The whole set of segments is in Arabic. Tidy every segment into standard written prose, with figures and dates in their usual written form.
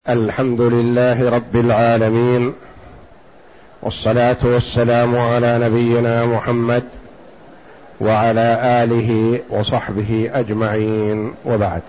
الحمد لله رب العالمين، والصلاة والسلام على نبينا محمد وعلى آله وصحبه أجمعين، وبعد.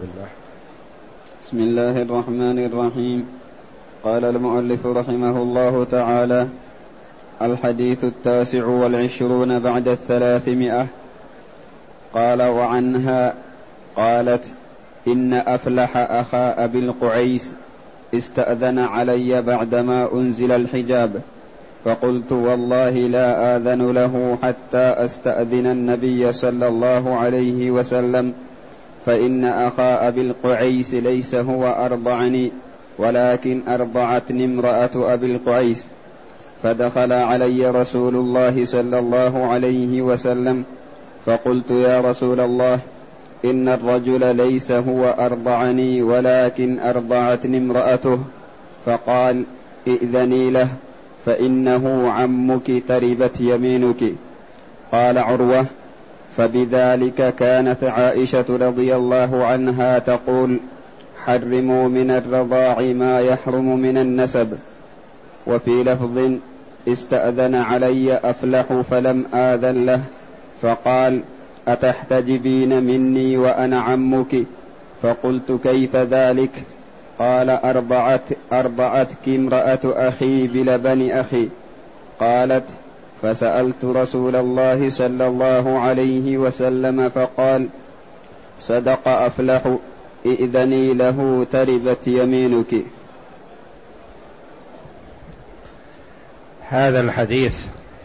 بسم الله الرحمن الرحيم. قال المؤلف رحمه الله تعالى: الحديث 29 بعد 300. قال: وعنها قالت: إن أفلح أخا أبي القعيس استأذن علي بعدما أنزل الحجاب، فقلت: والله لا آذن له حتى أستأذن النبي صلى الله عليه وسلم، فإن أخا أبي القعيس ليس هو أرضعني، ولكن أرضعتني امرأة أبي القعيس. فدخل علي رسول الله صلى الله عليه وسلم، فقلت: يا رسول الله، إن الرجل ليس هو أرضعني، ولكن أرضعتني امرأته. فقال: ائذني له، فإنه عمك تربت يمينك. قال عروة: فبذلك كانت عائشة رضي الله عنها تقول: حرموا من الرضاع ما يحرم من النسب. وفي لفظ: استأذن علي أفلح فلم آذن له، فقال: أتحتجبين مني وأنا عمك؟ فقلت: كيف ذلك؟ قال: أرضعتك امرأة أخي بلبن أخي. قالت: فسألت رسول الله صلى الله عليه وسلم فقال: صدق أفلح، ائذني له تربت يمينك. هذا الحديث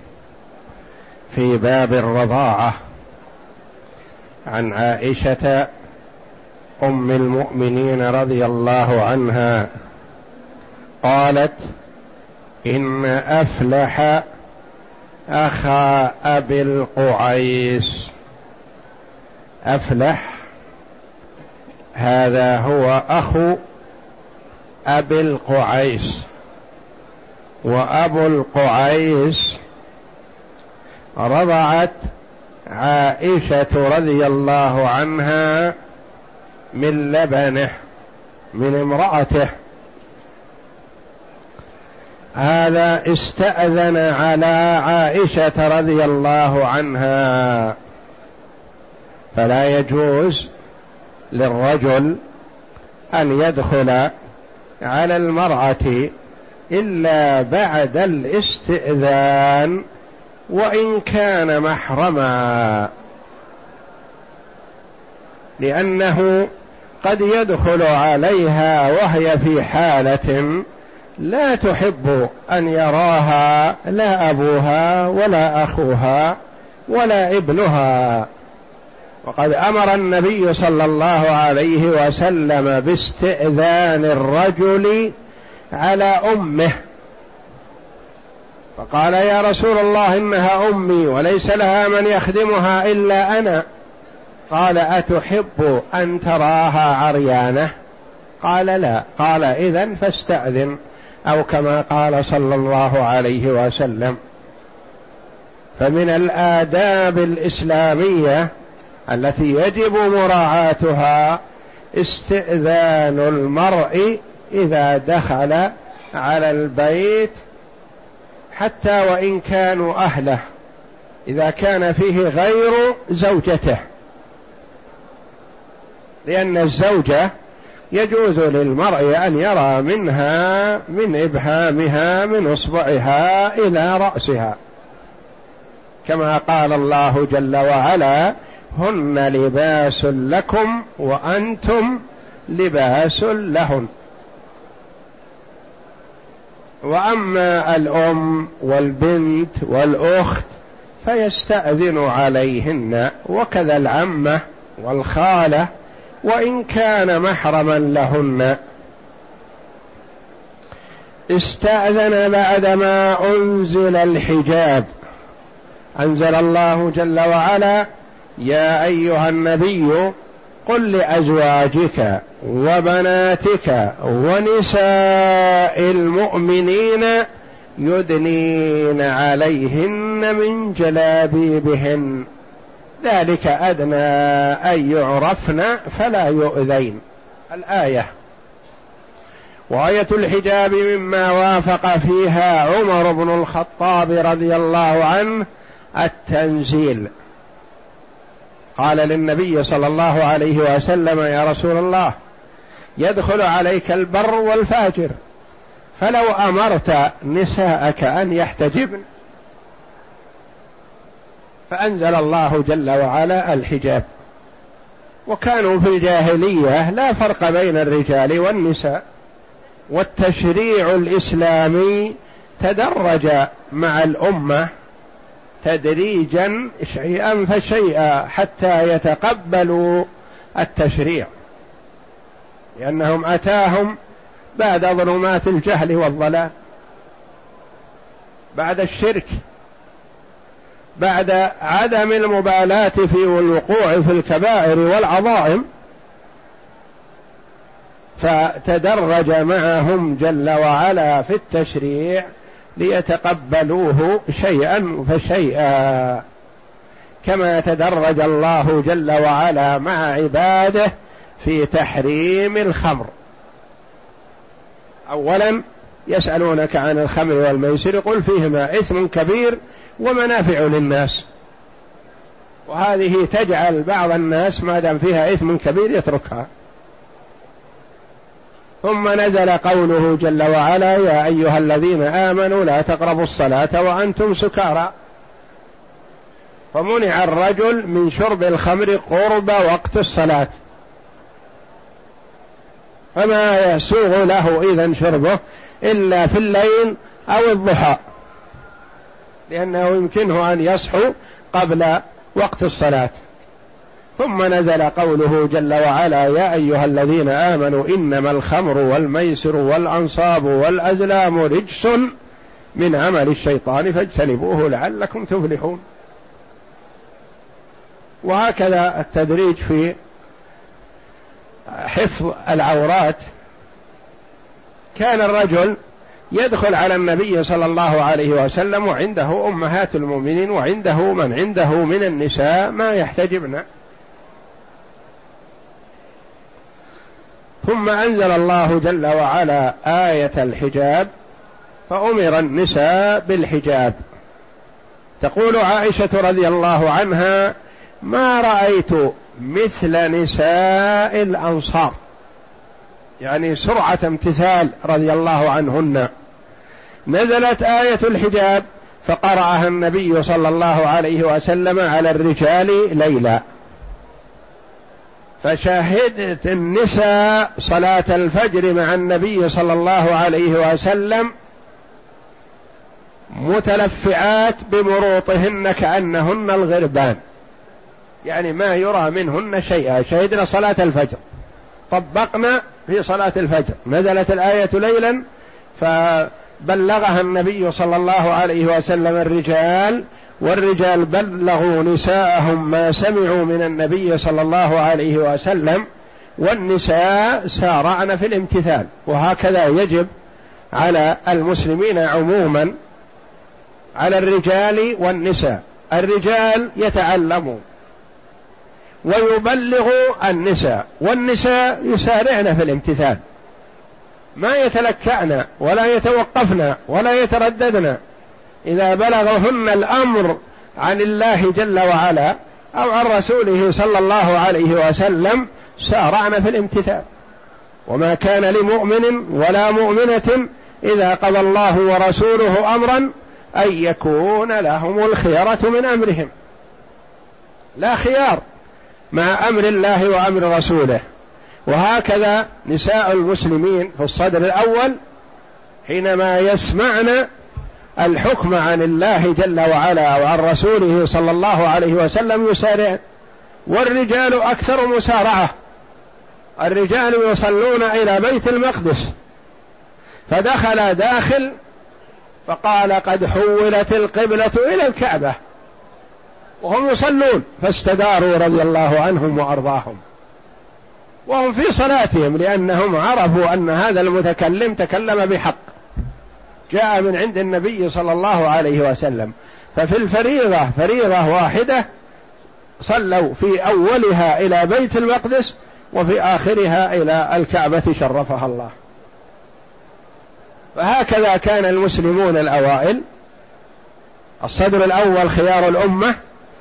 في باب الرضاعة عن عائشة أم المؤمنين رضي الله عنها قالت: إن أفلح أخا أبي القعيس. أفلح هذا هو أخو أبي القعيس، وأبو القعيس رضعت عائشة رضي الله عنها من لبنه من امرأته. هذا استأذن على عائشة رضي الله عنها، فلا يجوز للرجل أن يدخل على المرأة إلا بعد الاستئذان، وإن كان محرما، لأنه قد يدخل عليها وهي في حالة لا تحب أن يراها لا أبوها ولا أخوها ولا ابنها. وقد أمر النبي صلى الله عليه وسلم باستئذان الرجل على أمه، فقال: يا رسول الله، إنها أمي وليس لها من يخدمها إلا أنا. قال: أتحب أن تراها عريانة؟ قال: لا. قال: إذن فاستأذن، أو كما قال صلى الله عليه وسلم. فمن الآداب الإسلامية التي يجب مراعاتها استئذان المرء إذا دخل على البيت، حتى وإن كانوا أهله، إذا كان فيه غير زوجته، لأن الزوجة يجوز للمرء أن يرى منها من إبهامها من إصبعها إلى رأسها، كما قال الله جل وعلا: هن لباس لكم وأنتم لباس لهن. وأما الأم والبنت والأخت فيستأذن عليهن، وكذا العمة والخالة وإن كان محرما لهن. استأذن بعدما أنزل الحجاب. أنزل الله جل وعلا: يا أيها النبي قل لأزواجك وبناتك ونساء المؤمنين يدنين عليهن من جلابيبهن، ذلك أدنى أن يعرفن فلا يؤذين. الآية. وآية الحجاب مما وافق فيها عمر بن الخطاب رضي الله عنه التنزيل. قال للنبي صلى الله عليه وسلم: يا رسول الله، يدخل عليك البر والفاجر، فلو أمرت نساءك أن يحتجبن. فأنزل الله جل وعلا الحجاب. وكانوا في الجاهلية لا فرق بين الرجال والنساء، والتشريع الإسلامي تدرج مع الأمة تدريجا شيئا فشيئا حتى يتقبلوا التشريع، لأنهم أتاهم بعد ظلمات الجهل والضلال، بعد الشرك، بعد عدم المبالاة في الوقوع في الكبائر والعظائم، فتدرج معهم جل وعلا في التشريع ليتقبلوه شيئا فشيئا، كما تدرج الله جل وعلا مع عباده في تحريم الخمر. أولا يسألونك عن الخمر والميسر، قل فيهما إثم كبير ومنافع للناس، وهذه تجعل بعض الناس ما دام فيها إثم كبير يتركها. ثم نزل قوله جل وعلا: يا أيها الذين آمنوا لا تقربوا الصلاة وأنتم سكارى. فمنع الرجل من شرب الخمر قرب وقت الصلاة، فما يسوغ له إذن شربه إلا في الليل أو الضحى، لأنه يمكنه أن يصحو قبل وقت الصلاة. ثم نزل قوله جل وعلا: يا أيها الذين آمنوا إنما الخمر والميسر والأنصاب والأزلام رجس من عمل الشيطان فاجتنبوه لعلكم تفلحون. وهكذا التدريج في حفظ العورات. كان الرجل يدخل على النبي صلى الله عليه وسلم وعنده أمهات المؤمنين وعنده من عنده من النساء ما يحتجبن. ثم أنزل الله جل وعلا آية الحجاب، فأمر النساء بالحجاب. تقول عائشة رضي الله عنها: ما رأيت مثل نساء الأنصار، يعني سرعة امتثال رضي الله عنهن. نزلت آية الحجاب فقرأها النبي صلى الله عليه وسلم على الرجال ليلا، فشاهدت النساء صلاة الفجر مع النبي صلى الله عليه وسلم متلفعات بمروطهن كأنهن الغربان، يعني ما يرى منهن شيئا. شهدنا صلاة الفجر، طبقنا في صلاة الفجر، نزلت الآية ليلا فبلغها النبي صلى الله عليه وسلم الرجال، والرجال بلغوا نساءهم ما سمعوا من النبي صلى الله عليه وسلم، والنساء سارعن في الامتثال. وهكذا يجب على المسلمين عموما، على الرجال والنساء. الرجال يتعلموا ويبلغوا النساء، والنساء يسارعن في الامتثال، ما يتلكعن ولا يتوقفن ولا يترددن. إذا بلغهن الأمر عن الله جل وعلا أو عن رسوله صلى الله عليه وسلم سارعن في الامتثال. وما كان لمؤمن ولا مؤمنة إذا قضى الله ورسوله أمرا أن يكون لهم الخيرة من أمرهم، لا خيار مع أمر الله وأمر رسوله. وهكذا نساء المسلمين في الصدر الأول حينما يسمعن الحكم عن الله جل وعلا وعن رسوله صلى الله عليه وسلم يسارعن. والرجال أكثر مسارعة، الرجال يصلون إلى بيت المقدس، فدخل داخل فقال: قد حولت القبلة إلى الكعبة، وهم يصلون، فاستداروا رضي الله عنهم وأرضاهم وهم في صلاتهم، لأنهم عرفوا أن هذا المتكلم تكلم بحق جاء من عند النبي صلى الله عليه وسلم. ففي الفريضة فريضة واحدة صلوا في أولها إلى بيت المقدس وفي آخرها إلى الكعبة شرفها الله. فهكذا كان المسلمون الأوائل، الصدر الأول خيار الأمة،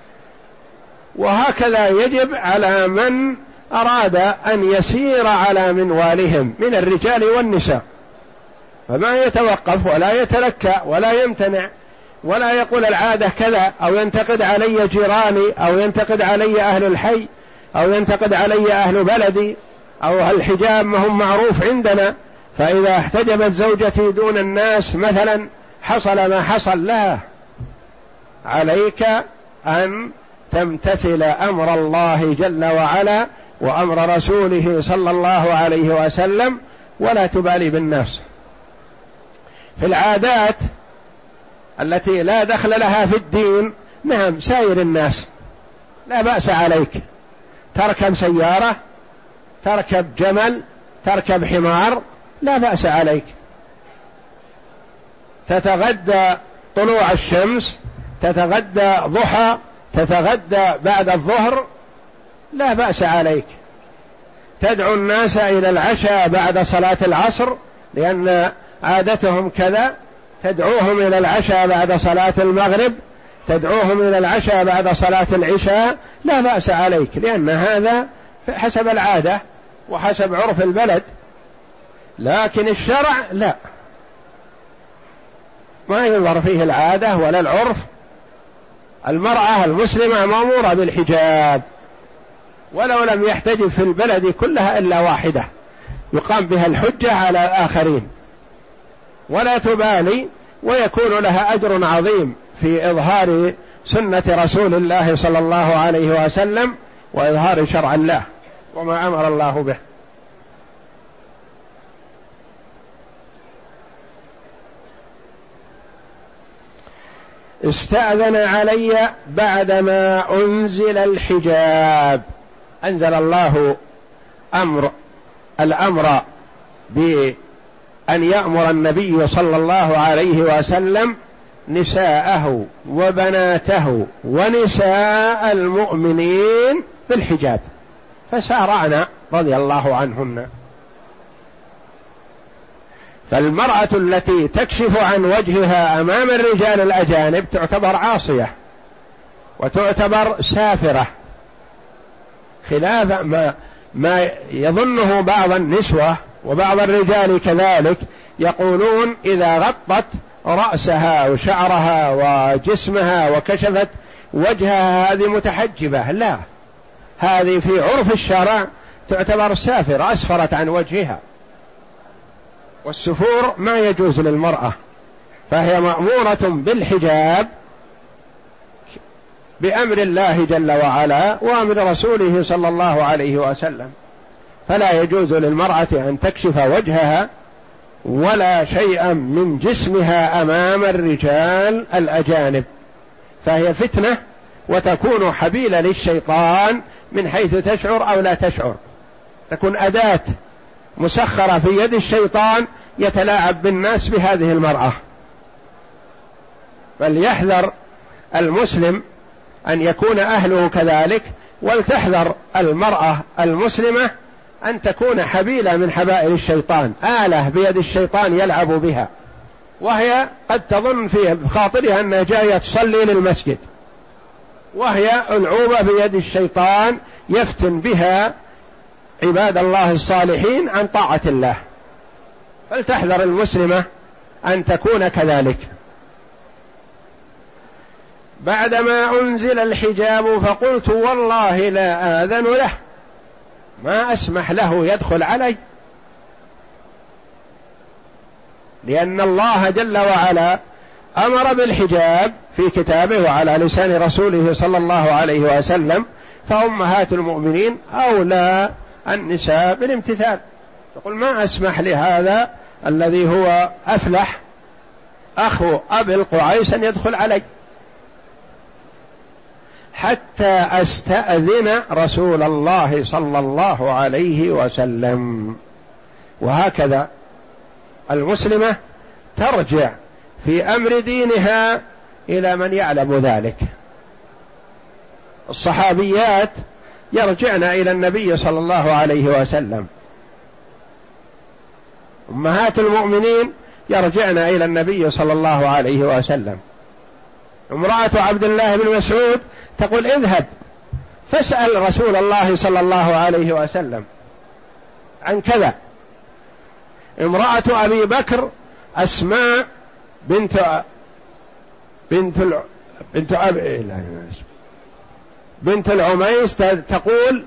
وهكذا يجب على من أراد أن يسير على منوالهم من الرجال والنساء، فما يتوقف ولا يتلكأ ولا يمتنع ولا يقول العادة كذا، أو ينتقد علي جيراني، أو ينتقد علي أهل الحي، أو ينتقد علي أهل بلدي، أو الحجاب ما هم معروف عندنا، فإذا احتجبت زوجتي دون الناس مثلا حصل ما حصل. لا، عليك أن تمتثل أمر الله جل وعلا وأمر رسوله صلى الله عليه وسلم، ولا تبالي بالناس. في العادات التي لا دخل لها في الدين، نعم سائر الناس لا بأس عليك، تركب سيارة، تركب جمل، تركب حمار، لا بأس عليك، تتغدى طلوع الشمس، تتغدى ضحى، تتغدى بعد الظهر، لا بأس عليك، تدعو الناس إلى العشاء بعد صلاة العصر لأن عادتهم كذا، تدعوهم إلى العشاء بعد صلاة المغرب، تدعوهم إلى العشاء بعد صلاة العشاء، لا بأس عليك، لأن هذا حسب العادة وحسب عرف البلد. لكن الشرع لا، ما ينظر فيه العادة ولا العرف. المرأة المسلمة مأمورة بالحجاب ولو لم يحتجب في البلد كلها إلا واحدة يقام بها الحجة على الآخرين، ولا تبالي، ويكون لها أجر عظيم في إظهار سنة رسول الله صلى الله عليه وسلم وإظهار شرع الله وما أمر الله به. استأذن علي بعدما أنزل الحجاب، أنزل الله الأمر بأن يأمر النبي صلى الله عليه وسلم نساءه وبناته ونساء المؤمنين بالحجاب، فسارعنا رضي الله عنهن. فالمرأة التي تكشف عن وجهها أمام الرجال الأجانب تعتبر عاصية وتعتبر سافرة، خلاف ما يظنه بعض النسوة وبعض الرجال كذلك، يقولون إذا غطت رأسها وشعرها وجسمها وكشفت وجهها هذه متحجبة. لا، هذه في عرف الشرع تعتبر سافرة، أسفرت عن وجهها، والسفور ما يجوز للمرأة، فهي مأمورة بالحجاب بأمر الله جل وعلا وأمر رسوله صلى الله عليه وسلم، فلا يجوز للمرأة أن تكشف وجهها ولا شيئا من جسمها أمام الرجال الأجانب، فهي فتنة وتكون حبيلة للشيطان من حيث تشعر أو لا تشعر، تكون أداة مسخرة في يد الشيطان يتلاعب بالناس بهذه المرأة. فليحذر المسلم أن يكون أهله كذلك، ولتحذر المرأة المسلمة أن تكون حبيلة من حبائل الشيطان، آلة بيد الشيطان يلعب بها، وهي قد تظن في خاطرها أنها جاية تصلي للمسجد، وهي ألعوبة بيد الشيطان يفتن بها عباد الله الصالحين عن طاعة الله. فلتحذر المسلمة أن تكون كذلك. بعدما أنزل الحجاب فقلت والله لا آذن له، ما أسمح له يدخل علي، لأن الله جل وعلا أمر بالحجاب في كتابه وعلى لسان رسوله صلى الله عليه وسلم، فأمهات المؤمنين أولى النساء بالامتثال. تقول ما أسمح لهذا الذي هو أفلح أخو أبي القعيس أن يدخل علي حتى أستأذن رسول الله صلى الله عليه وسلم. وهكذا المسلمة ترجع في أمر دينها إلى من يعلم ذلك. الصحابيات يرجعن إلى النبي صلى الله عليه وسلم، أمهات المؤمنين يرجعن إلى النبي صلى الله عليه وسلم. امرأة عبد الله بن مسعود تقول اذهب فاسأل رسول الله صلى الله عليه وسلم عن كذا. امرأة أبي بكر أسماء بنت العميس تقول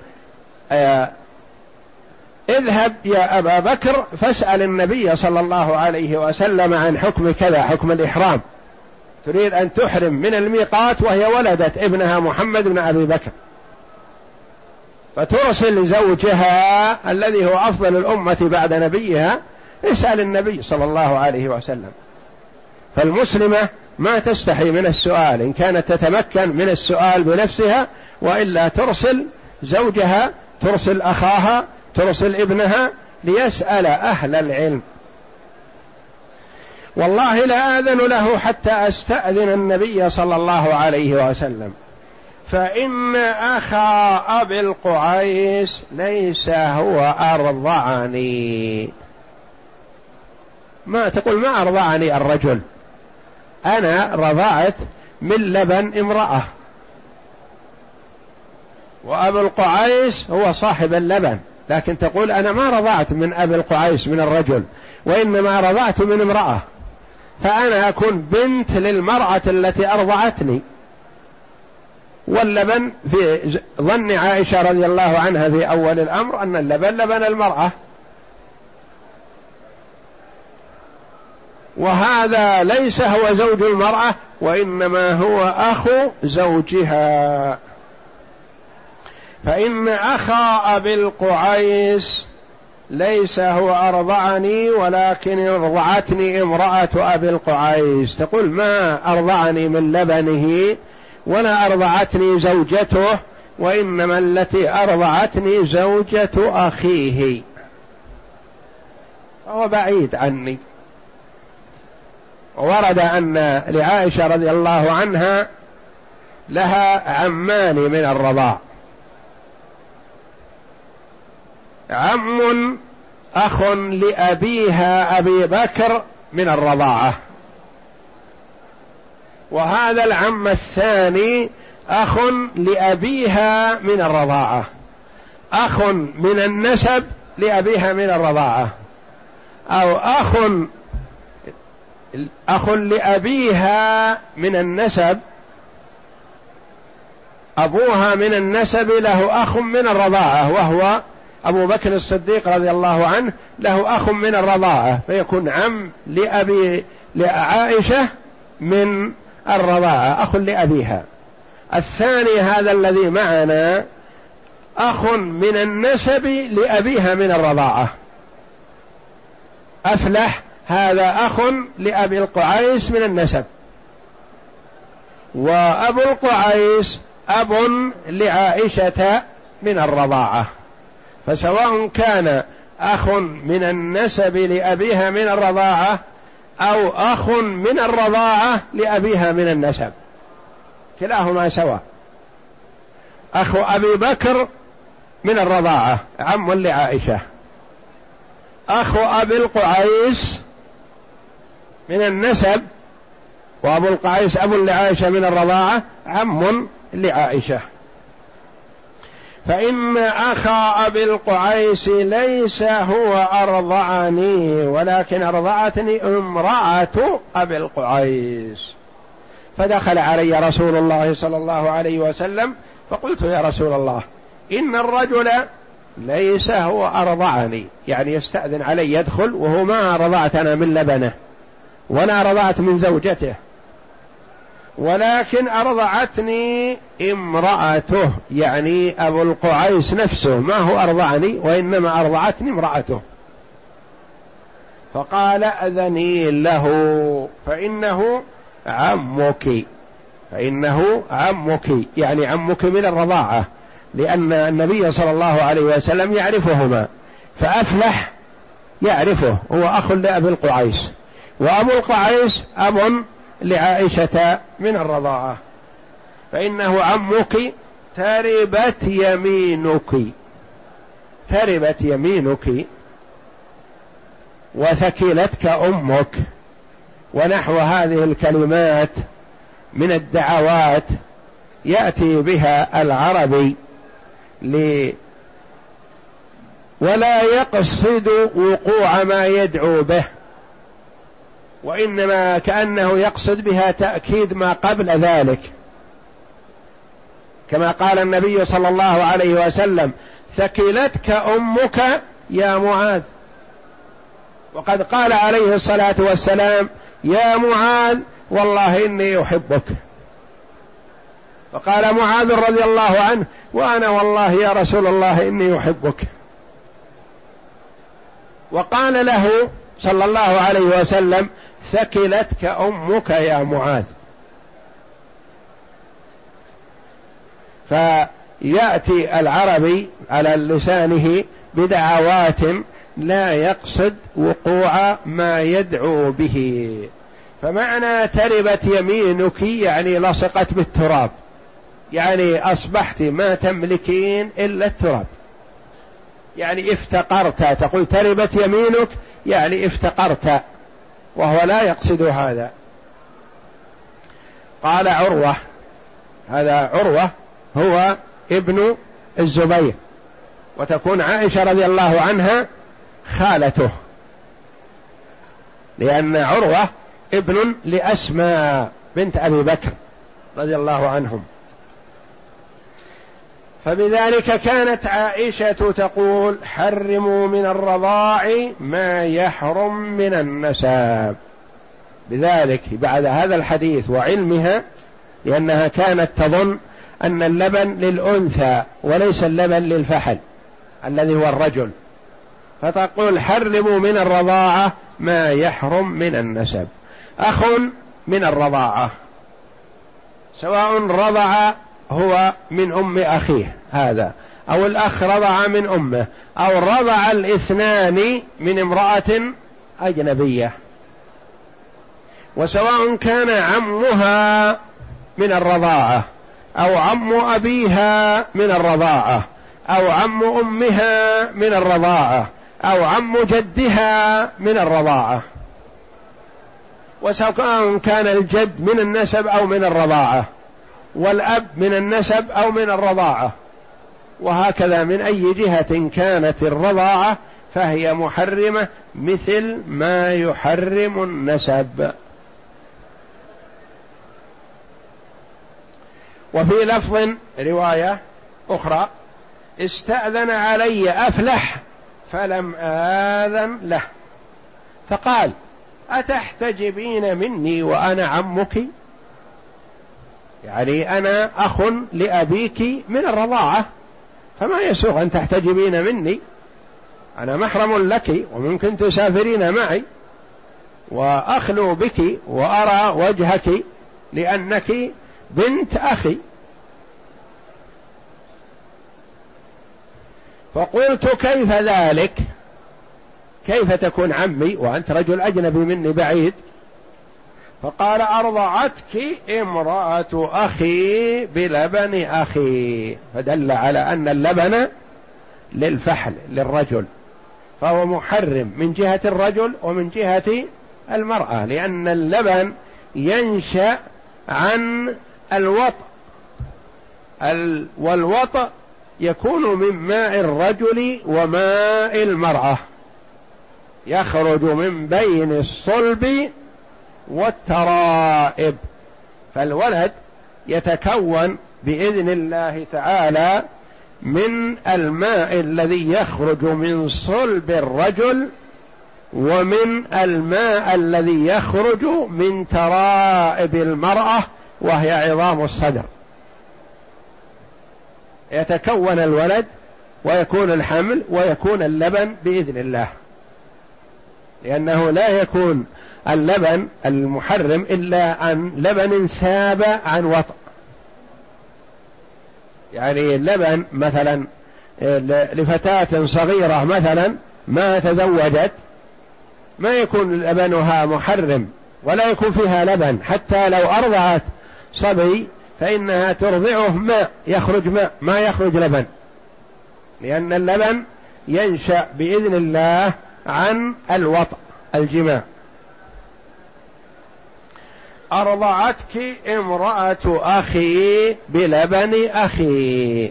اذهب يا أبا بكر فاسأل النبي صلى الله عليه وسلم عن حكم كذا، حكم الإحرام، تريد أن تحرم من الميقات وهي ولدت ابنها محمد بن أبي بكر، فترسل زوجها الذي هو أفضل الأمة بعد نبيها اسأل النبي صلى الله عليه وسلم. فالمسلمة ما تستحي من السؤال إن كانت تتمكن من السؤال بنفسها، وإلا ترسل زوجها، ترسل أخاها، ترسل ابنها ليسأل أهل العلم. والله لا آذن له حتى أستأذن النبي صلى الله عليه وسلم، فإن أخا أبي القعيس ليس هو أرضعني. ما تقول ما أرضعني الرجل، أنا رضعت من لبن امرأة، وأبو القعيس هو صاحب اللبن، لكن تقول أنا ما رضعت من أبي القعيس من الرجل، وإنما رضعت من امرأة، فأنا أكون بنت للمرأة التي أرضعتني. واللبن في ظن عائشة رضي الله عنها في أول الأمر أن اللبن لبن المرأة، وهذا ليس هو زوج المرأة وإنما هو أخو زوجها. فإن أخا أبي القعيس ليس هو أرضعني ولكن أرضعتني امرأة أبي القعيس. تقول ما أرضعني من لبنه ولا أرضعتني زوجته، وإنما التي أرضعتني زوجة أخيه، فهو بعيد عني. ورد أن لعائشة رضي الله عنها لها عمان من الرضاع، عم أخ لأبيها أبي بكر من الرضاعة، وهذا العم الثاني أخ لأبيها من الرضاعة، أخ من النسب لأبيها من الرضاعة، أو أخ لأبيها من النسب، أبوها من النسب له أخ من الرضاعة، وهو أبو بكر الصديق رضي الله عنه له أخ من الرضاعة، فيكون عم لعائشة من الرضاعة، أخ لأبيها. الثاني هذا الذي معنا أخ من النسب لأبيها من الرضاعة، أفلح هذا أخ لأبي القعيس من النسب، وأبو القعيس أب لعائشة من الرضاعة، فسواء كان أخ من النسب لأبيها من الرضاعة أو أخ من الرضاعة لأبيها من النسب كلاهما سواء. أخو أبي بكر من الرضاعة عم لعائشة، أخو أبي القعيس من النسب وأبو القعيس أب لعائشة من الرضاعة عم لعائشة. فإن أخا أبي القعيس ليس هو أرضعني ولكن أرضعتني امرأة أبي القعيس. فدخل علي رسول الله صلى الله عليه وسلم فقلت يا رسول الله إن الرجل ليس هو أرضعني، يعني يستأذن علي يدخل وهو ما رضعت أنا من لبنه ولا رضعت من زوجته، ولكن أرضعتني امرأته، يعني أبو القعيس نفسه ما هو أرضعني وإنما أرضعتني امرأته. فقال أذني له فإنه عمك، فإنه عمك يعني عمك من الرضاعة، لأن النبي صلى الله عليه وسلم يعرفهما، فأفلح يعرفه هو أخ لأبي القعيس، وأبو القعيس أب لعائشة من الرضاعة، فإنه عمك تربت يمينك، تربت يمينك وثكلتك أمك، ونحو هذه الكلمات من الدعوات يأتي بها العربي ولا يقصد وقوع ما يدعو به، وإنما كأنه يقصد بها تأكيد ما قبل ذلك، كما قال النبي صلى الله عليه وسلم: ثكلتك أمك يا معاذ. وقد قال عليه الصلاة والسلام: يا معاذ والله إني أحبك. فقال معاذ رضي الله عنه: وأنا والله يا رسول الله إني أحبك. وقال له صلى الله عليه وسلم: ثكلتك أمك يا معاذ. فيأتي العربي على لسانه بدعوات لا يقصد وقوع ما يدعو به. فمعنى تربت يمينك يعني لصقت بالتراب، يعني أصبحت ما تملكين إلا التراب، يعني افتقرت. تقول تربت يمينك يعني افتقرت، وهو لا يقصد هذا. قال عروة، هذا عروة هو ابن الزبير، وتكون عائشة رضي الله عنها خالته، لأن عروة ابن لأسماء بنت أبي بكر رضي الله عنهم. فبذلك كانت عائشة تقول: حرموا من الرضاع ما يحرم من النسب. بذلك بعد هذا الحديث وعلمها، لأنها كانت تظن أن اللبن للأنثى وليس اللبن للفحل الذي هو الرجل، فتقول: حرموا من الرضاعة ما يحرم من النسب. أخ من الرضاعة سواء رضع هو من أم أخيه هذا، أو الأخ رضع من أمه، أو رضع الاثنان من امرأة أجنبية، وسواء كان عمها من الرضاعة أو عم أبيها من الرضاعة أو عم أمها من الرضاعة أو عم جدها من الرضاعة، وسواء كان الجد من النسب أو من الرضاعة، والأب من النسب أو من الرضاعة، وهكذا من أي جهة كانت الرضاعة فهي محرمة مثل ما يحرم النسب. وفي لفظ رواية أخرى: استأذن علي أفلح فلم آذن له، فقال: أتحتجبين مني وأنا عمك؟ يعني أنا أخ لأبيك من الرضاعة، فما يسوغ أن تحتجبين مني، أنا محرم لك وممكن تسافرين معي وأخلو بك وأرى وجهك لأنك بنت أخي. فقلت: كيف ذلك؟ كيف تكون عمي وأنت رجل أجنبي مني بعيد؟ فقال: أرضعتك امرأة أخي بلبن أخي، فدل على أن اللبن للفحل للرجل، فهو محرم من جهة الرجل ومن جهة المرأة، لأن اللبن ينشأ عن الوطء، والوطء يكون من ماء الرجل وماء المرأة، يخرج من بين الصلب والترائب، فالولد يتكون بإذن الله تعالى من الماء الذي يخرج من صلب الرجل ومن الماء الذي يخرج من ترائب المرأة وهي عظام الصدر، يتكون الولد ويكون الحمل ويكون اللبن بإذن الله، لأنه لا يكون اللبن المحرم إلا عن لبن ثاب عن وطء. يعني اللبن مثلا لفتاة صغيرة مثلا ما تزوجت ما يكون لبنها محرم ولا يكون فيها لبن، حتى لو أرضعت صبي فإنها ترضعه ماء، يخرج ماء ما يخرج لبن، لأن اللبن ينشأ بإذن الله عن الوطء الجماع. أرضعتك امرأة أخي بلبن أخي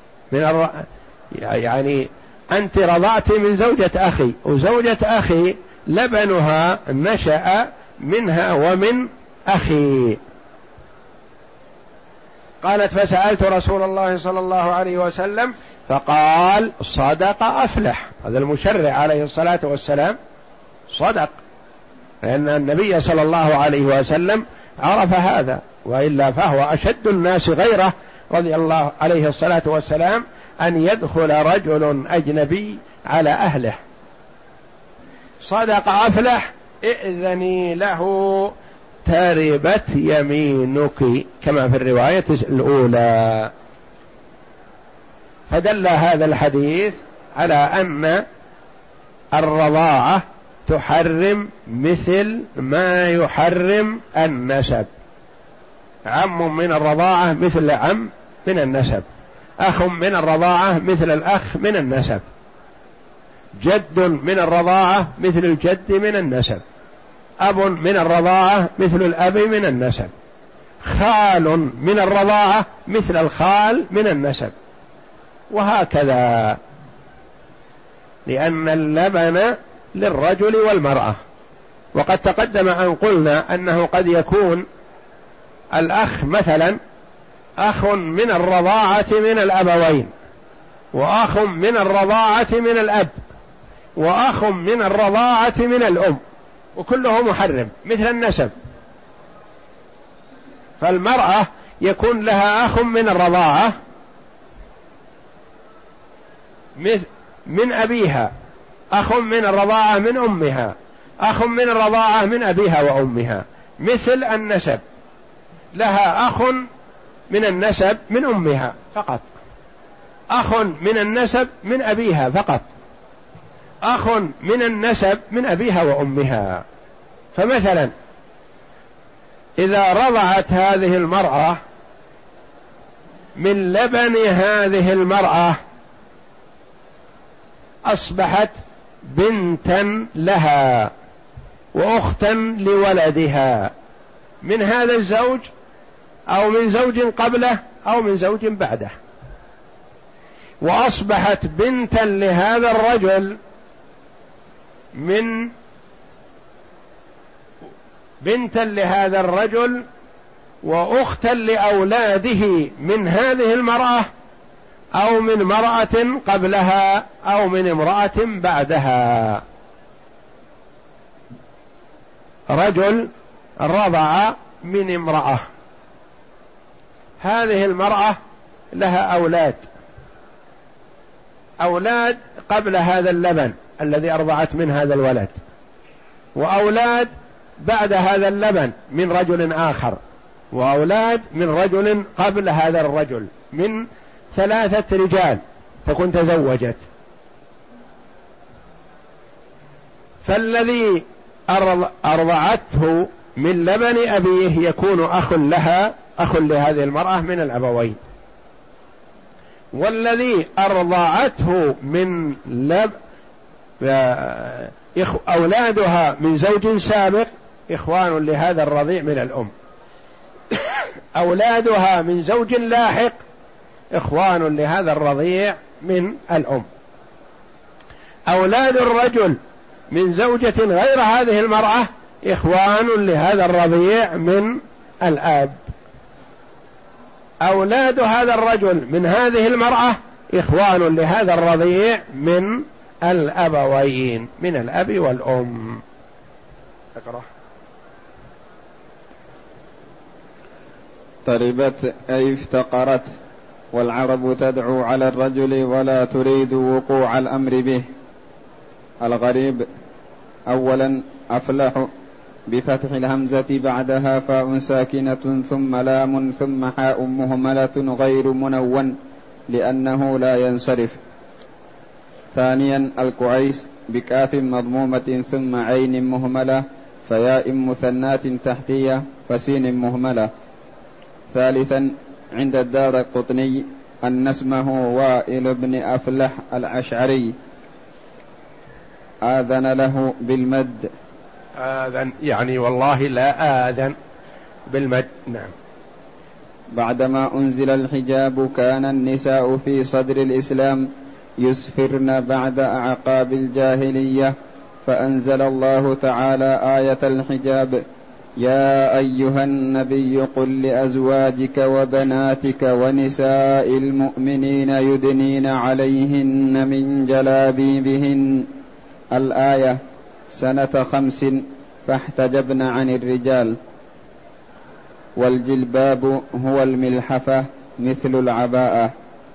يعني أنت رضعت من زوجة أخي، وزوجة أخي لبنها نشأ منها ومن أخي. قالت فسألت رسول الله صلى الله عليه وسلم فقال صدق أفلح. هذا المشرع عليه الصلاة والسلام صدق، لأن النبي صلى الله عليه وسلم عرف هذا، وإلا فهو أشد الناس غيره رضي الله عليه الصلاة والسلام أن يدخل رجل أجنبي على أهله. صدق أفلح ائذني له تربت يمينك، كما في الرواية الأولى. فدل هذا الحديث على أن الرضاعة تحرم مثل ما يحرم النسب. عم من الرضاعة مثل عم من النسب، أخ من الرضاعة مثل الأخ من النسب، جد من الرضاعة مثل الجد من النسب، أب من الرضاعة مثل الأب من النسب، خال من الرضاعة مثل الخال من النسب، وهكذا، لأن اللبن للرجل والمرأة. وقد تقدم أن قلنا أنه قد يكون الأخ مثلا أخ من الرضاعة من الأبوين، وأخ من الرضاعة من الأب، وأخ من الرضاعة من الأم، وكله محرم مثل النسب. فالمرأة يكون لها أخ من الرضاعة من أبيها، أخ من الرضاعة من أمها، أخ من الرضاعة من أبيها وأمها، مثل النسب لها أخ من النسب من أمها فقط، أخ من النسب من أبيها فقط، أخ من النسب من أبيها وأمها. فمثلا إذا رضعت هذه المرأة من لبن هذه المرأة أصبحت بنتا لها وأختا لولدها من هذا الزوج أو من زوج قبله أو من زوج بعده، وأصبحت بنتا لهذا الرجل وأختا لأولاده من هذه المرأة أو من امرأة قبلها أو من امرأة بعدها. رجل رضع من امرأة، هذه المرأة لها أولاد قبل هذا اللبن الذي أرضعت من هذا الولد، وأولاد بعد هذا اللبن من رجل آخر، وأولاد من رجل قبل هذا الرجل، من 3 رجال تكون تزوجت. فالذي أرضعته من لبن أبيه يكون أخ لهذه المرأة من الأبوين، والذي أرضعته من أولادها من زوج سابق إخوان لهذا الرضيع من الأم، أولادها من زوج لاحق إخوان لهذا الرضيع من الأم، أولاد الرجل من زوجة غير هذه المرأة إخوان لهذا الرضيع من الآب، أولاد هذا الرجل من هذه المرأة إخوان لهذا الرضيع من الأبوين من الأب والأم. اقرأ. طربت أي افتقرت، والعرب تدعو على الرجل ولا تريد وقوع الأمر به. الغريب أولا أفلح بفتح الهمزة بعدها فاء ساكنة ثم لام ثم حاء مهملة غير منون لأنه لا ينصرف. ثانيا الكعيس بكاف مضمومة ثم عين مهملة فياء مثنات تحتية فسين مهملة. ثالثا عند الدارقطني أن اسمه وائل بن أفلح الأشعري آذن له بالمد. آذن يعني والله لا آذن، بالمد. نعم. بعدما أنزل الحجاب كان النساء في صدر الإسلام يسفرن بعد أعقاب الجاهلية، فأنزل الله تعالى آية الحجاب: يا أيها النبي قل لأزواجك وبناتك ونساء المؤمنين يدنين عليهن من جلابيبهن. الآية. سنة 5 فاحتجبن عن الرجال. والجلباب هو الملحفة مثل العباءة.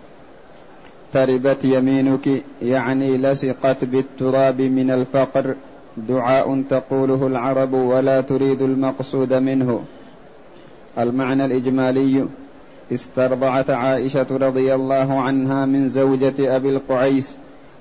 تربت يمينك يعني لصقت بالتراب من الفقر، دعاء تقوله العرب ولا تريد المقصود منه. المعنى الإجمالي: استرضعت عائشة رضي الله عنها من زوجة أبي القعيس،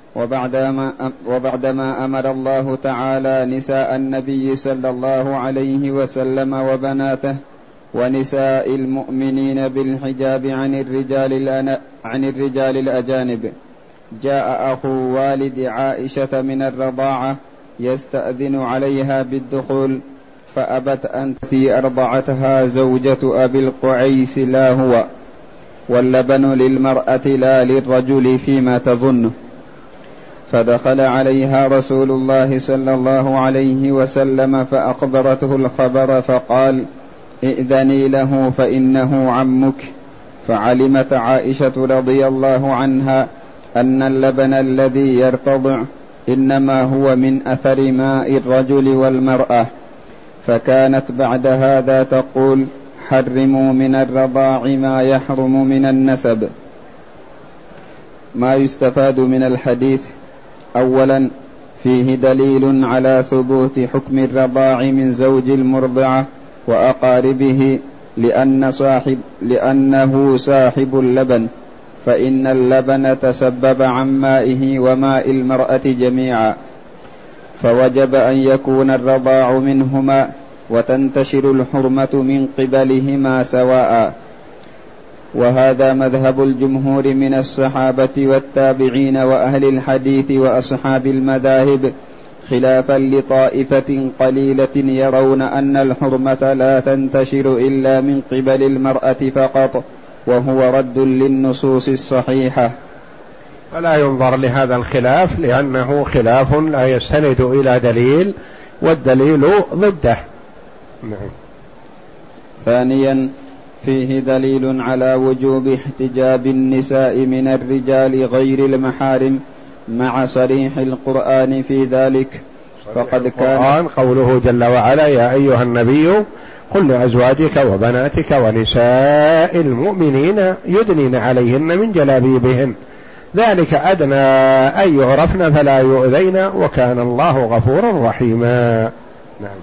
وبعدما أمر الله تعالى نساء النبي صلى الله عليه وسلم وبناته ونساء المؤمنين بالحجاب عن الرجال الأجانب، جاء أخو والد عائشة من الرضاعة يستأذن عليها بالدخول، فأبت أن تأتي، أرضعتها زوجة أبي القعيس لا هو، واللبن للمرأة لا للرجل فيما تظنه. فدخل عليها رسول الله صلى الله عليه وسلم فأخبرته الخبر، فقال: ائذني له فإنه عمك. فعلمت عائشة رضي الله عنها أن اللبن الذي يرتضع إنما هو من أثر ماء الرجل والمرأة، فكانت بعد هذا تقول: حرموا من الرضاع ما يحرم من النسب. ما يستفاد من الحديث: أولا، فيه دليل على ثبوت حكم الرضاع من زوج المرضعة وأقاربه لأنه صاحب اللبن، فإن اللبن تسبب عن مائه وماء المرأة جميعا، فوجب أن يكون الرضاع منهما وتنتشر الحرمة من قبلهما سواء. وهذا مذهب الجمهور من الصحابة والتابعين وأهل الحديث وأصحاب المذاهب، خلافا لطائفة قليلة يرون أن الحرمة لا تنتشر إلا من قبل المرأة فقط، وهو رد للنصوص الصحيحة. فلا ينظر لهذا الخلاف، لأنه خلاف لا يستند إلى دليل، والدليل ضده. نعم. ثانيا، فيه دليل على وجوب احتجاب النساء من الرجال غير المحارم مع صريح القرآن في ذلك. فقد كان قوله جل وعلا: يا أيها النبي قل لأزواجك وبناتك ونساء المؤمنين يدنين عليهن من جلابيبهن، ذلك أدنى أن يعرفن فلا يؤذين، وكان الله غفورا رحيما. نعم.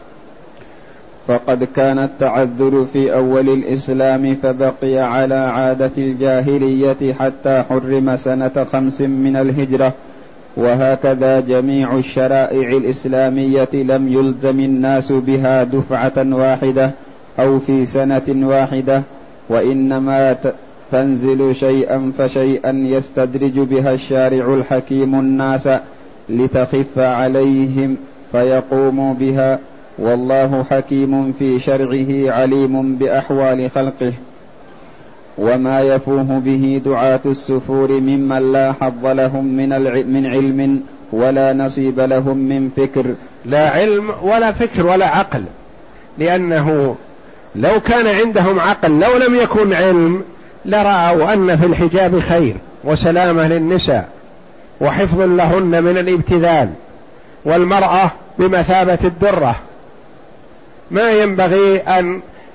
فقد كان التعذر في أول الإسلام فبقي على عادة الجاهلية حتى حرم سنة 5 من الهجرة، وهكذا جميع الشرائع الإسلامية لم يلزم الناس بها دفعة واحدة أو في سنة واحدة، وإنما تنزل شيئا فشيئا يستدرج بها الشارع الحكيم الناس لتخف عليهم فيقوموا بها، والله حكيم في شرعه عليم بأحوال خلقه. وما يفوه به دعاة السفور ممن لا حظ لهم من علم ولا نصيب لهم من فكر، لا علم ولا فكر ولا عقل، لأنه لو كان عندهم عقل لو لم يكن علم لرأوا أن في الحجاب خير وسلامة للنساء وحفظ لهن من الابتذال، والمرأة بمثابة الدرة، ما ينبغي أن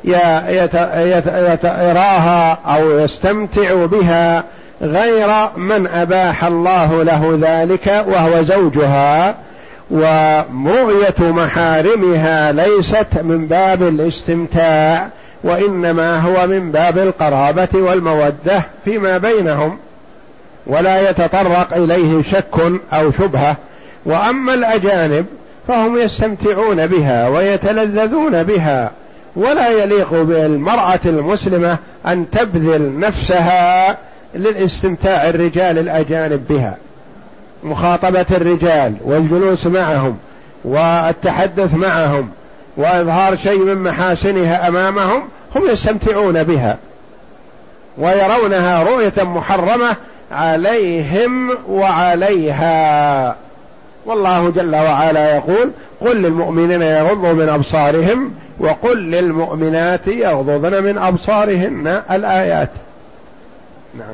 يراها أو يستمتع بها غير من أباح الله له ذلك وهو زوجها. ورؤية محارمها ليست من باب الاستمتاع، وإنما هو من باب القرابة والمودة فيما بينهم، ولا يتطرق إليه شك أو شبهة. وأما الأجانب فهم يستمتعون بها ويتلذذون بها، ولا يليق بالمرأة المسلمة أن تبذل نفسها للاستمتاع الرجال الأجانب بها، مخاطبة الرجال والجلوس معهم والتحدث معهم وإظهار شيء من محاسنها أمامهم هم يستمتعون بها ويرونها رؤية محرمة عليهم وعليها. والله جل وعلا يقول: قل للمؤمنين يغضوا من أبصارهم وقل للمؤمنات يغضضن من أبصارهن. الآيات. نعم.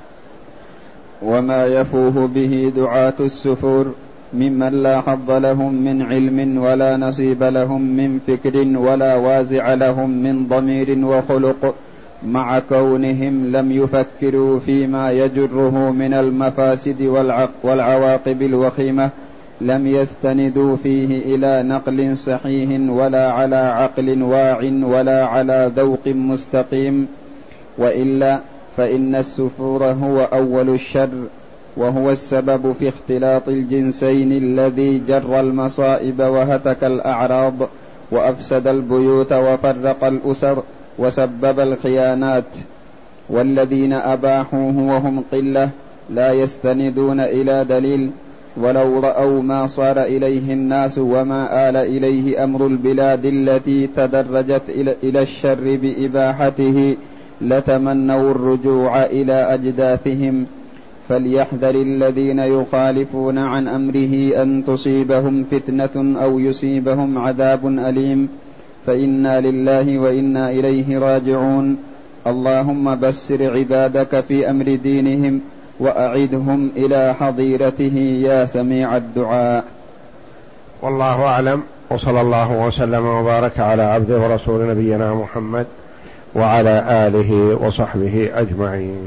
وما يفوه به دعاة السفور ممن لا حظ لهم من علم ولا نصيب لهم من فكر ولا وازع لهم من ضمير وخلق، مع كونهم لم يفكروا فيما يجره من المفاسد والعواقب الوخيمة، لم يستندوا فيه إلى نقل صحيح ولا على عقل واع ولا على ذوق مستقيم، وإلا فإن السفور هو أول الشر، وهو السبب في اختلاط الجنسين الذي جر المصائب وهتك الأعراض وأفسد البيوت وفرق الأسر وسبب الخيانات. والذين أباحوه وهم قلة لا يستندون إلى دليل، ولو رأوا ما صار إليه الناس وما آل إليه أمر البلاد التي تدرجت إلى الشر بإباحته لتمنوا الرجوع إلى أجداثهم. فليحذر الذين يخالفون عن أمره أن تصيبهم فتنة أو يصيبهم عذاب أليم، فإنا لله وإنا إليه راجعون. اللهم بسر عبادك في أمر دينهم وأعدهم إلى حظيرته يا سميع الدعاء. والله أعلم، وصلى الله وسلم وبارك على عبده ورسول نبينا محمد وعلى آله وصحبه أجمعين.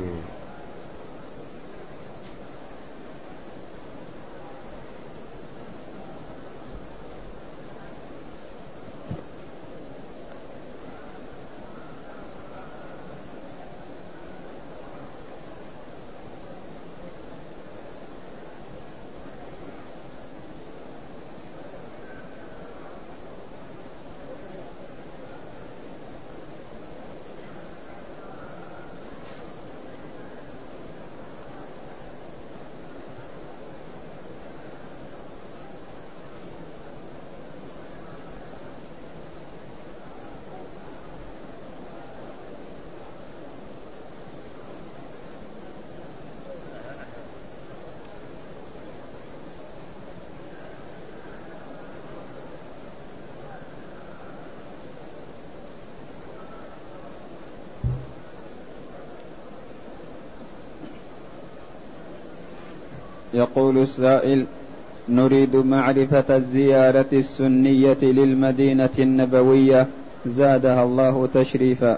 يقول السائل: نريد معرفة الزيارة السنية للمدينة النبوية زادها الله تشريفا.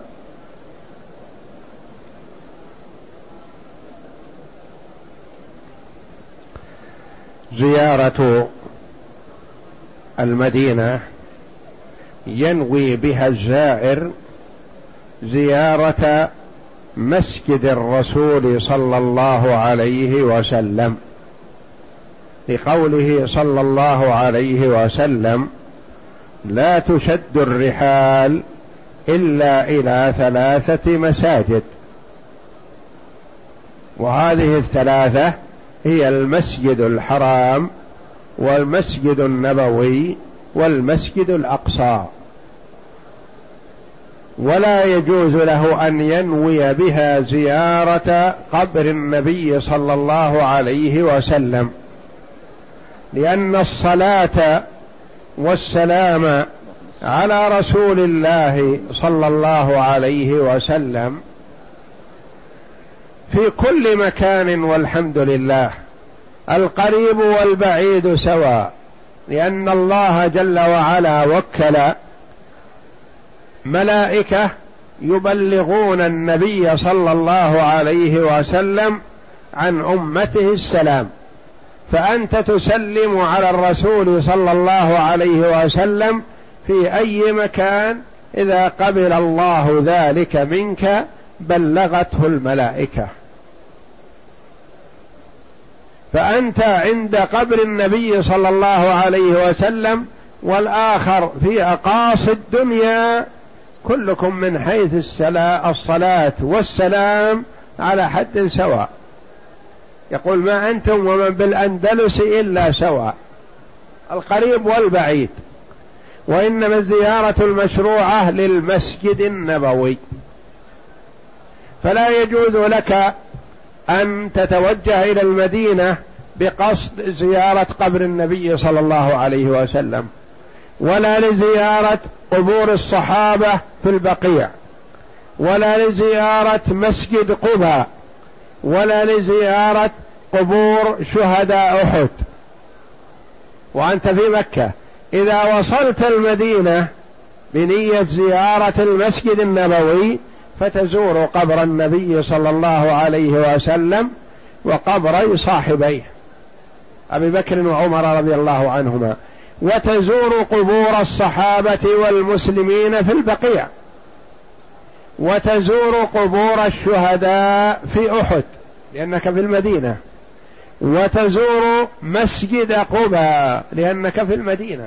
زيارة المدينة ينوي بها الزائر زيارة مسجد الرسول صلى الله عليه وسلم، لقوله صلى الله عليه وسلم: لا تشد الرحال إلا إلى 3 مساجد، وهذه الثلاثة هي المسجد الحرام والمسجد النبوي والمسجد الأقصى، ولا يجوز له أن ينوي بها زيارة قبر النبي صلى الله عليه وسلم، لأن الصلاة والسلام على رسول الله صلى الله عليه وسلم في كل مكان، والحمد لله، القريب والبعيد سواء، لأن الله جل وعلا وكل ملائكة يبلغون النبي صلى الله عليه وسلم عن أمته السلام، فأنت تسلم على الرسول صلى الله عليه وسلم في أي مكان، إذا قبل الله ذلك منك بلغته الملائكة. فأنت عند قبر النبي صلى الله عليه وسلم والآخر في أقاصي الدنيا، كلكم من حيث الصلاة والسلام على حد سواء. يقول: ما أنتم ومن بالأندلس إلا سواء، القريب والبعيد. وإنما الزيارة المشروعة للمسجد النبوي، فلا يجوز لك أن تتوجه إلى المدينة بقصد زيارة قبر النبي صلى الله عليه وسلم، ولا لزيارة قبور الصحابة في البقيع، ولا لزيارة مسجد قباء، ولا لزيارة قبور شهداء أحد وأنت في مكة. إذا وصلت المدينة بنية زيارة المسجد النبوي فتزور قبر النبي صلى الله عليه وسلم وقبر صاحبيه أبي بكر وعمر رضي الله عنهما، وتزور قبور الصحابة والمسلمين في البقيع، وتزور قبور الشهداء في أحد لأنك في المدينة، وتزور مسجد قباء لأنك في المدينة.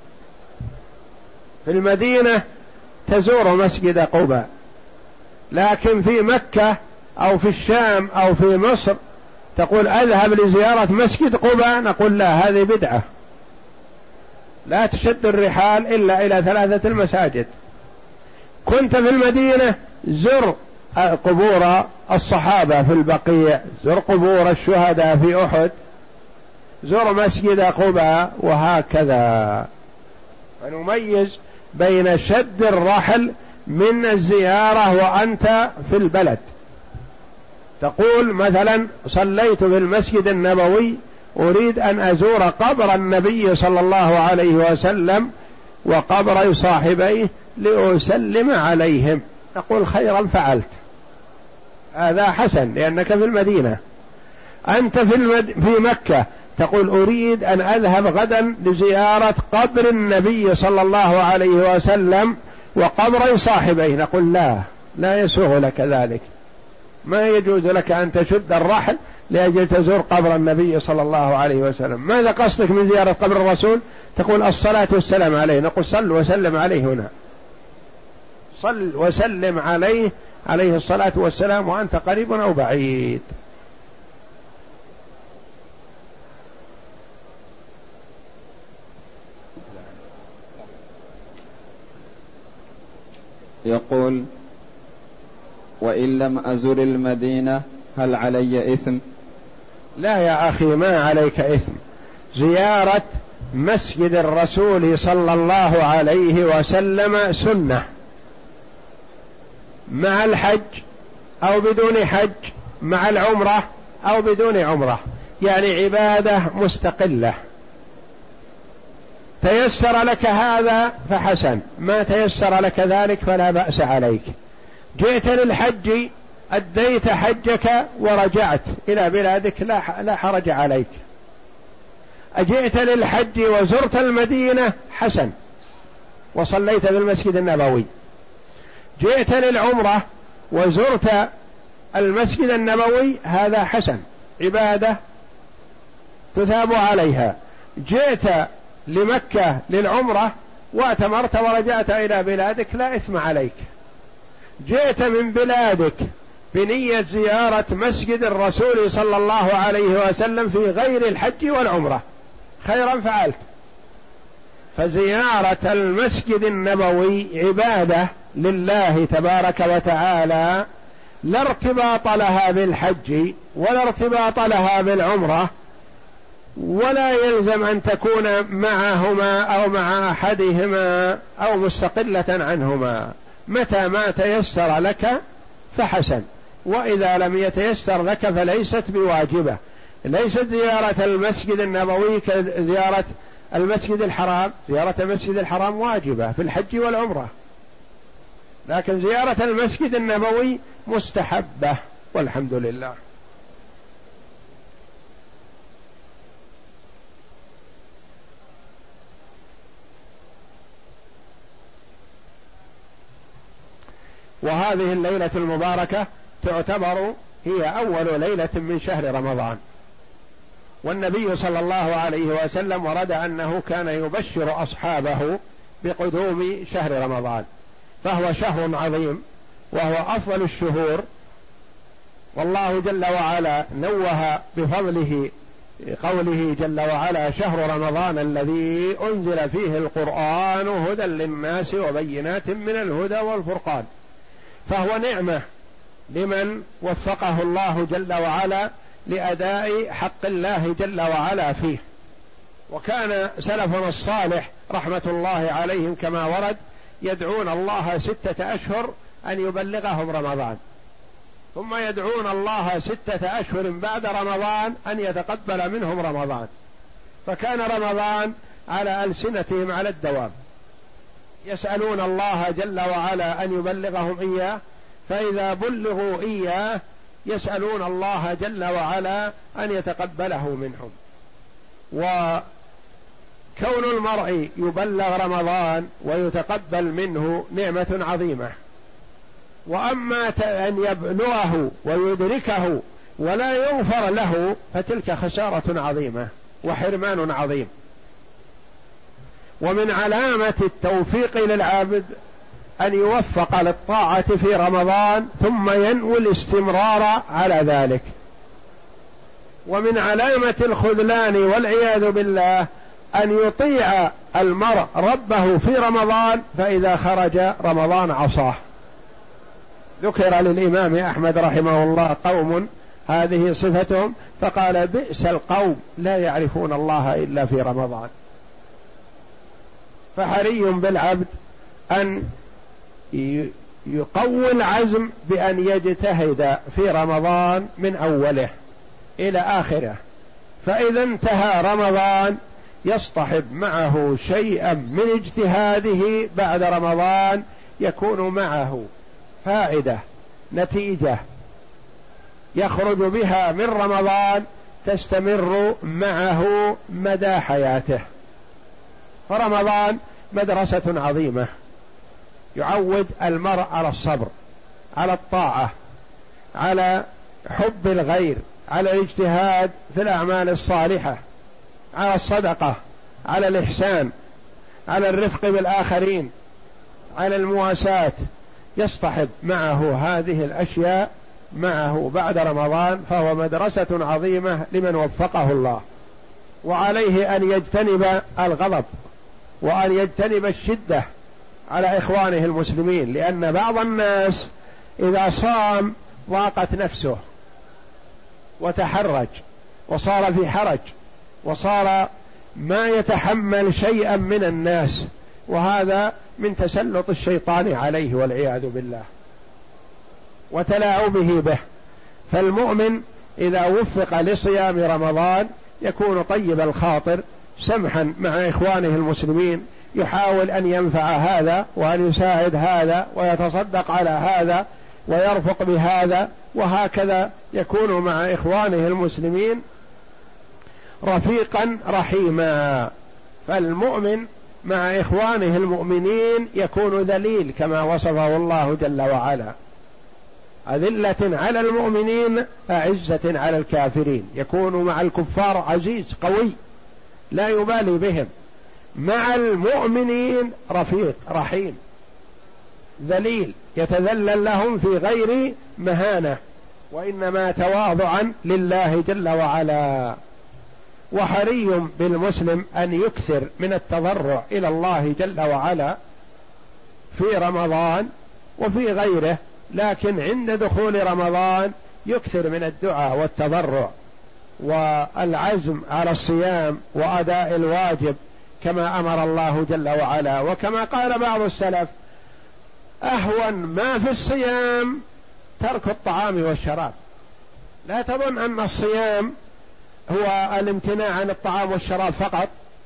في المدينة تزور مسجد قباء، لكن في مكة أو في الشام أو في مصر تقول أذهب لزيارة مسجد قباء، نقول لا، هذه بدعة، لا تشد الرحال إلا إلى 3 المساجد. كنت في المدينة زر قبور الصحابة في البقيع، زر قبور الشهداء في أحد، زر مسجد قباء، وهكذا. فنميز بين شد الرحل من الزيارة وأنت في البلد. تقول مثلا صليت في المسجد النبوي، أريد أن أزور قبر النبي صلى الله عليه وسلم وقبر صاحبيه لأسلم عليهم، نقول خيرا فعلت، هذا حسن لأنك في المدينة. أنت في مكة تقول أريد أن أذهب غدا لزيارة قبر النبي صلى الله عليه وسلم وقبر صاحبيه، نقول لا يسوغ لك ذلك، ما يجوز لك أن تشد الرحل لأجل تزور قبر النبي صلى الله عليه وسلم. ماذا قصدك من زيارة قبر الرسول؟ تقول الصلاة والسلام عليه، نقول صل وسلم عليه هنا، صل وسلم عليه الصلاة والسلام وأنت قريب أو بعيد. يقول: وإن لم أزر المدينة هل علي إثم؟ لا يا أخي، ما عليك إثم. زيارة مسجد الرسول صلى الله عليه وسلم سنة، مع الحج أو بدون حج، مع العمرة أو بدون عمرة، يعني عبادة مستقلة. تيسر لك هذا فحسن، ما تيسر لك ذلك فلا بأس عليك. جئت للحج أديت حجك ورجعت إلى بلادك لا حرج عليك. أجئت للحج وزرت المدينة حسن وصليت بالمسجد النبوي. جئت للعمرة وزرت المسجد النبوي، هذا حسن، عبادة تثاب عليها. جئت لمكة للعمرة واعتمرت ورجعت إلى بلادك لا إثم عليك. جئت من بلادك بنية زيارة مسجد الرسول صلى الله عليه وسلم في غير الحج والعمرة، خيرا فعلت. فزيارة المسجد النبوي عبادة لله تبارك وتعالى، لا ارتباط لها بالحج ولا ارتباط لها بالعمرة، ولا يلزم أن تكون معهما أو مع أحدهما أو مستقلة عنهما. متى ما تيسر لك فحسن، وإذا لم يتيسر لك فليست بواجبة. ليست زيارة المسجد النبوي كزيارة المسجد الحرام، زيارة المسجد الحرام واجبة في الحج والعمرة، لكن زيارة المسجد النبوي مستحبة والحمد لله. وهذه الليلة المباركة تعتبر هي أول ليلة من شهر رمضان، والنبي صلى الله عليه وسلم ورد أنه كان يبشر أصحابه بقدوم شهر رمضان، فهو شهر عظيم وهو أفضل الشهور، والله جل وعلا نوه بفضله قوله جل وعلا: شهر رمضان الذي أنزل فيه القرآن هدى للناس وبينات من الهدى والفرقان. فهو نعمة لمن وفقه الله جل وعلا لأداء حق الله جل وعلا فيه. وكان سلفنا الصالح رحمة الله عليهم كما ورد يدعون الله 6 أشهر أن يبلغهم رمضان، ثم يدعون الله 6 أشهر بعد رمضان أن يتقبل منهم رمضان. فكان رمضان على ألسنتهم على الدوام، يسألون الله جل وعلا أن يبلغهم إياه، فإذا بلغوا إياه يسألون الله جل وعلا أن يتقبله منهم. وكون المرء يبلغ رمضان ويتقبل منه نعمة عظيمة، وأما أن يبلغه ويدركه ولا يغفر له فتلك خسارة عظيمة وحرمان عظيم. ومن علامة التوفيق للعابد أن يوفق للطاعة في رمضان ثم ينوي الاستمرار على ذلك. ومن علامة الخذلان والعياذ بالله أن يطيع المرء ربه في رمضان فإذا خرج رمضان عصاه. ذكر للإمام أحمد رحمه الله قوم هذه صفتهم فقال: بئس القوم لا يعرفون الله إلا في رمضان. فحري بالعبد أن يقوي العزم بأن يجتهد في رمضان من أوله إلى آخره، فإذا انتهى رمضان يصطحب معه شيئا من اجتهاده بعد رمضان يكون معه فائدة، نتيجة يخرج بها من رمضان تستمر معه مدى حياته. فرمضان مدرسة عظيمة يعود المرء على الصبر، على الطاعة، على حب الغير، على الاجتهاد في الأعمال الصالحة، على الصدقة، على الإحسان، على الرفق بالآخرين، على المواساة. يصطحب معه هذه الأشياء معه بعد رمضان، فهو مدرسة عظيمة لمن وفقه الله. وعليه أن يجتنب الغضب وأن يجتنب الشدة على إخوانه المسلمين، لأن بعض الناس إذا صام ضاقت نفسه وتحرج وصار في حرج وصار ما يتحمل شيئا من الناس، وهذا من تسلط الشيطان عليه والعياذ بالله وتلاعبه به. فالمؤمن إذا وفق لصيام رمضان يكون طيب الخاطر سمحا مع إخوانه المسلمين، يحاول أن ينفع هذا وأن يساعد هذا ويتصدق على هذا ويرفق بهذا، وهكذا يكون مع إخوانه المسلمين رفيقا رحيما. فالمؤمن مع إخوانه المؤمنين يكون ذليل كما وصفه الله جل وعلا: أذلة على المؤمنين أعزة على الكافرين. يكون مع الكفار عزيز قوي لا يبالي بهم، مع المؤمنين رفيق رحيم ذليل يتذلل لهم في غير مهانة وإنما تواضعا لله جل وعلا. وحري بالمسلم أن يكثر من التضرع إلى الله جل وعلا في رمضان وفي غيره، لكن عند دخول رمضان يكثر من الدعاء والتضرع والعزم على الصيام وأداء الواجب كما أمر الله جل وعلا. وكما قال بعض السلف: أهون ما في الصيام ترك الطعام والشراب. لا تظن أن الصيام هو الامتناع عن الطعام والشراب فقط.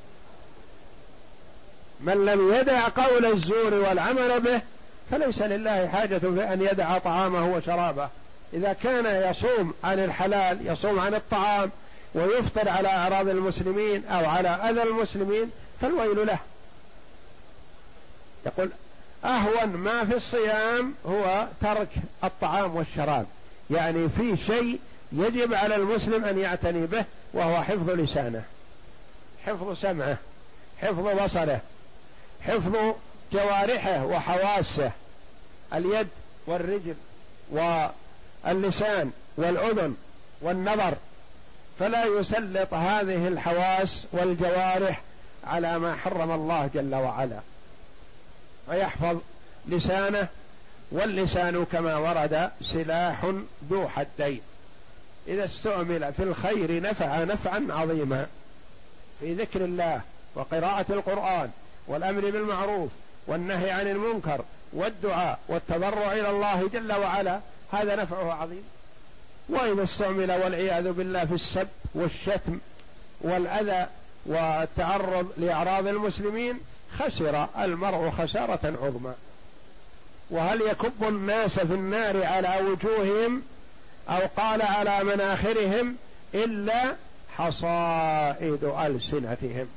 من لم يدع قول الزور والعمل به فليس لله حاجة في أن يدع طعامه وشرابه. إذا كان يصوم عن الحلال، يصوم عن الطعام ويفطر على أعراض المسلمين أو على أذى المسلمين فالويل له. يقول: أهون ما في الصيام هو ترك الطعام والشراب، يعني في شيء يجب على المسلم أن يعتني به، وهو حفظ لسانه، حفظ سمعه، حفظ بصره، حفظ جوارحه وحواسه، اليد والرجل واللسان والأذن والنظر، فلا يسلط هذه الحواس والجوارح على ما حرم الله جل وعلا، ويحفظ لسانه. واللسان كما ورد سلاح ذو حدين، إذا استعمل في الخير نفع نفعا عظيما، في ذكر الله وقراءة القرآن والأمر بالمعروف والنهي عن المنكر والدعاء والتضرع إلى الله جل وعلا، هذا نفعه عظيم. وإذا استعمل والعياذ بالله في السب والشتم والأذى والتعرض لأعراض المسلمين، خسر المرء خسارة عظمى. وهل يكب الناس في النار على وجوههم أو قال على مناخرهم إلا حصائد ألسنتهم.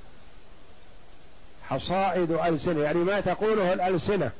حصائد ألسنة يعني ما تقوله الألسنة.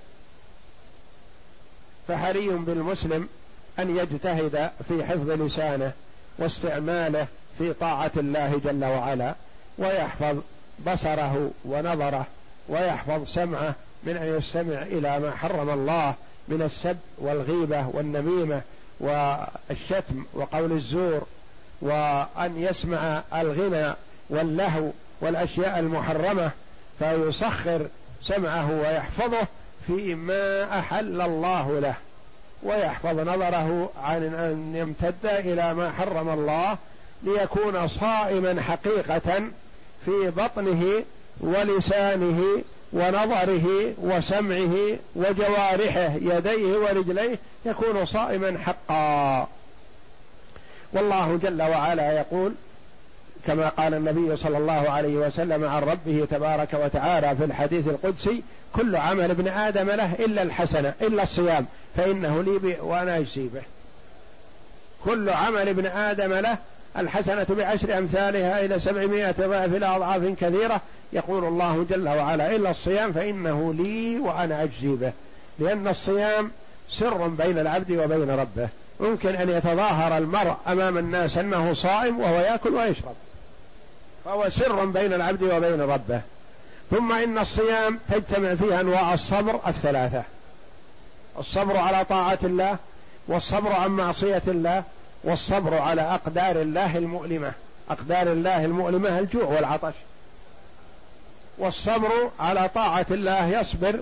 فحري بالمسلم أن يجتهد في حفظ لسانه واستعماله في طاعة الله جل وعلا، ويحفظ بصره ونظره، ويحفظ سمعه من أن يستمع إلى ما حرم الله من السب والغيبة والنميمة والشتم وقول الزور، وأن يسمع الغنى واللهو والأشياء المحرمة، فيسخر سمعه ويحفظه فيما أحل الله له، ويحفظ نظره عن أن يمتد إلى ما حرم الله، ليكون صائما حقيقة في بطنه ولسانه ونظره وسمعه وجوارحه يديه ورجليه، يكون صائما حقا. والله جل وعلا يقول كما قال النبي صلى الله عليه وسلم عن ربه تبارك وتعالى في الحديث القدسي: كل عمل ابن آدم له إلا الحسنة إلا الصيام فإنه لي وأنا أجزي به. كل عمل ابن آدم له الحسنة ب10 أمثالها إلى 700 ضعف إلى أضعاف كثيرة، يقول الله جل وعلا: إلا الصيام فإنه لي وأنا أجزي به. لأن الصيام سر بين العبد وبين ربه، ممكن أن يتظاهر المرء أمام الناس أنه صائم وهو يأكل ويشرب، فهو سر بين العبد وبين ربه. ثم إن الصيام تجتمع فيه أنواع الصبر 3: الصبر على طاعة الله، والصبر عن معصية الله، والصبر على أقدار الله المؤلمة. أقدار الله المؤلمة الجوع والعطش. والصبر على طاعة الله يصبر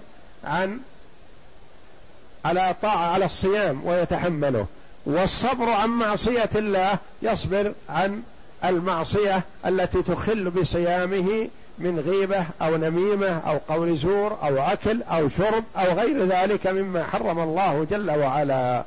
على الصيام ويتحمله، والصبر عن معصية الله يصبر عن المعصية التي تخل بصيامه من غيبة أو نميمة أو قول زور أو أكل أو شرب أو غير ذلك مما حرم الله جل وعلا.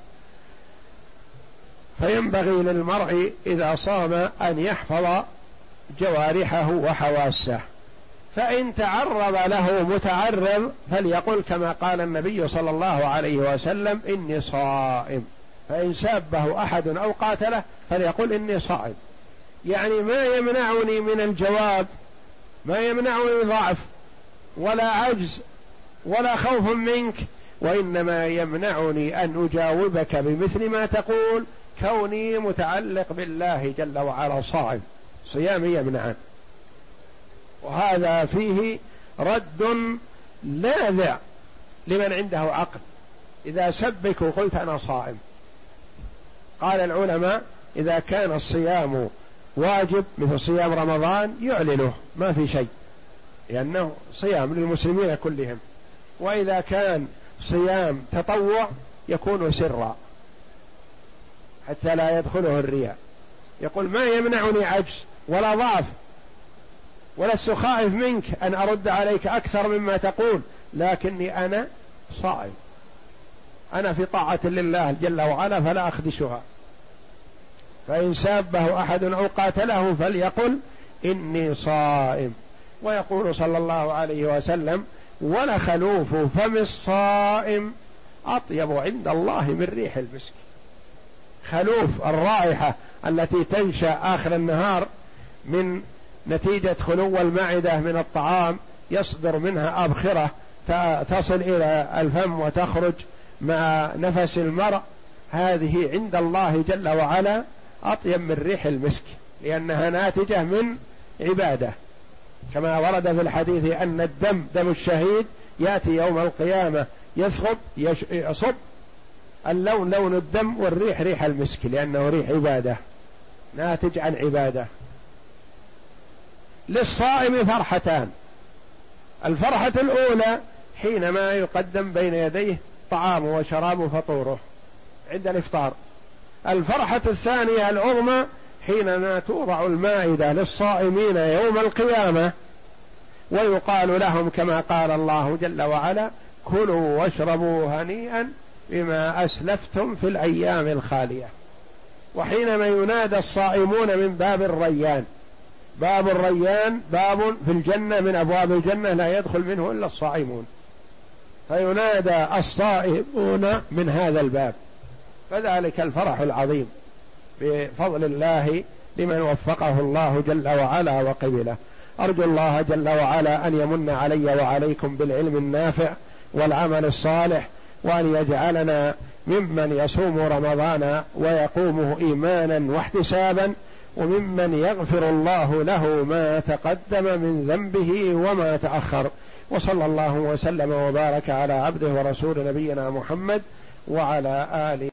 فينبغي للمرء إذا صام أن يحفظ جوارحه وحواسه، فإن تعرض له متعرض فليقل كما قال النبي صلى الله عليه وسلم: إني صائم. فإن سابه أحد أو قاتله فليقل: إني صائم. يعني ما يمنعني من الجواب، ما يمنعني ضعف ولا عجز ولا خوف منك، وإنما يمنعني أن أجاوبك بمثل ما تقول، كوني متعلق بالله جل وعلا صائم. صيامي يمنعن. وهذا فيه رد لاذع لمن عنده عقل. إذا سبك وقلت أنا صائم، قال العلماء: إذا كان الصيام واجب مثل صيام رمضان يعلنه ما في شيء، لأنه صيام للمسلمين كلهم. وإذا كان صيام تطوع يكون سرا حتى لا يدخله الرياء. يقول: ما يمنعني عجز ولا ضعف، ولست خائف منك أن أرد عليك أكثر مما تقول، لكني أنا صائم، أنا في طاعة لله جل وعلا فلا أخدشها. فإن سابه أحد أو قاتله فليقل: إني صائم. ويقول صلى الله عليه وسلم: ولخلوف فم الصائم أطيب عند الله من ريح المسك. خلوف الرائحة التي تنشأ آخر النهار من نتيجة خلو المعدة من الطعام، يصدر منها أبخرة تصل إلى الفم وتخرج مع نفس المرء، هذه عند الله جل وعلا أطيب من ريح المسك، لأنها ناتجة من عبادة. كما ورد في الحديث أن الدم، دم الشهيد، يأتي يوم القيامة يثقب يصب اللون لون الدم والريح ريح المسك، لأنه ريح عبادة. ناتج عن عبادة. للصائم فرحتان: الفرحة الأولى حينما يقدم بين يديه طعام وشراب فطوره عند الإفطار. الفرحة الثانية العظمى حينما توضع المائدة للصائمين يوم القيامة ويقال لهم كما قال الله جل وعلا: كلوا واشربوا هنيئا بما أسلفتم في الأيام الخالية. وحينما ينادى الصائمون من باب الريان، باب الريان باب في الجنة من أبواب الجنة لا يدخل منه إلا الصائمون، فينادى الصائمون من هذا الباب، فذلك الفرح العظيم بفضل الله لمن وفقه الله جل وعلا وقبله. أرجو الله جل وعلا أن يمن علي وعليكم بالعلم النافع والعمل الصالح، وأن يجعلنا ممن يصوم رمضان ويقومه إيمانا واحتسابا، وممن يغفر الله له ما تقدم من ذنبه وما تأخر. وصلى الله وسلم وبارك على عبده ورسول نبينا محمد وعلى آله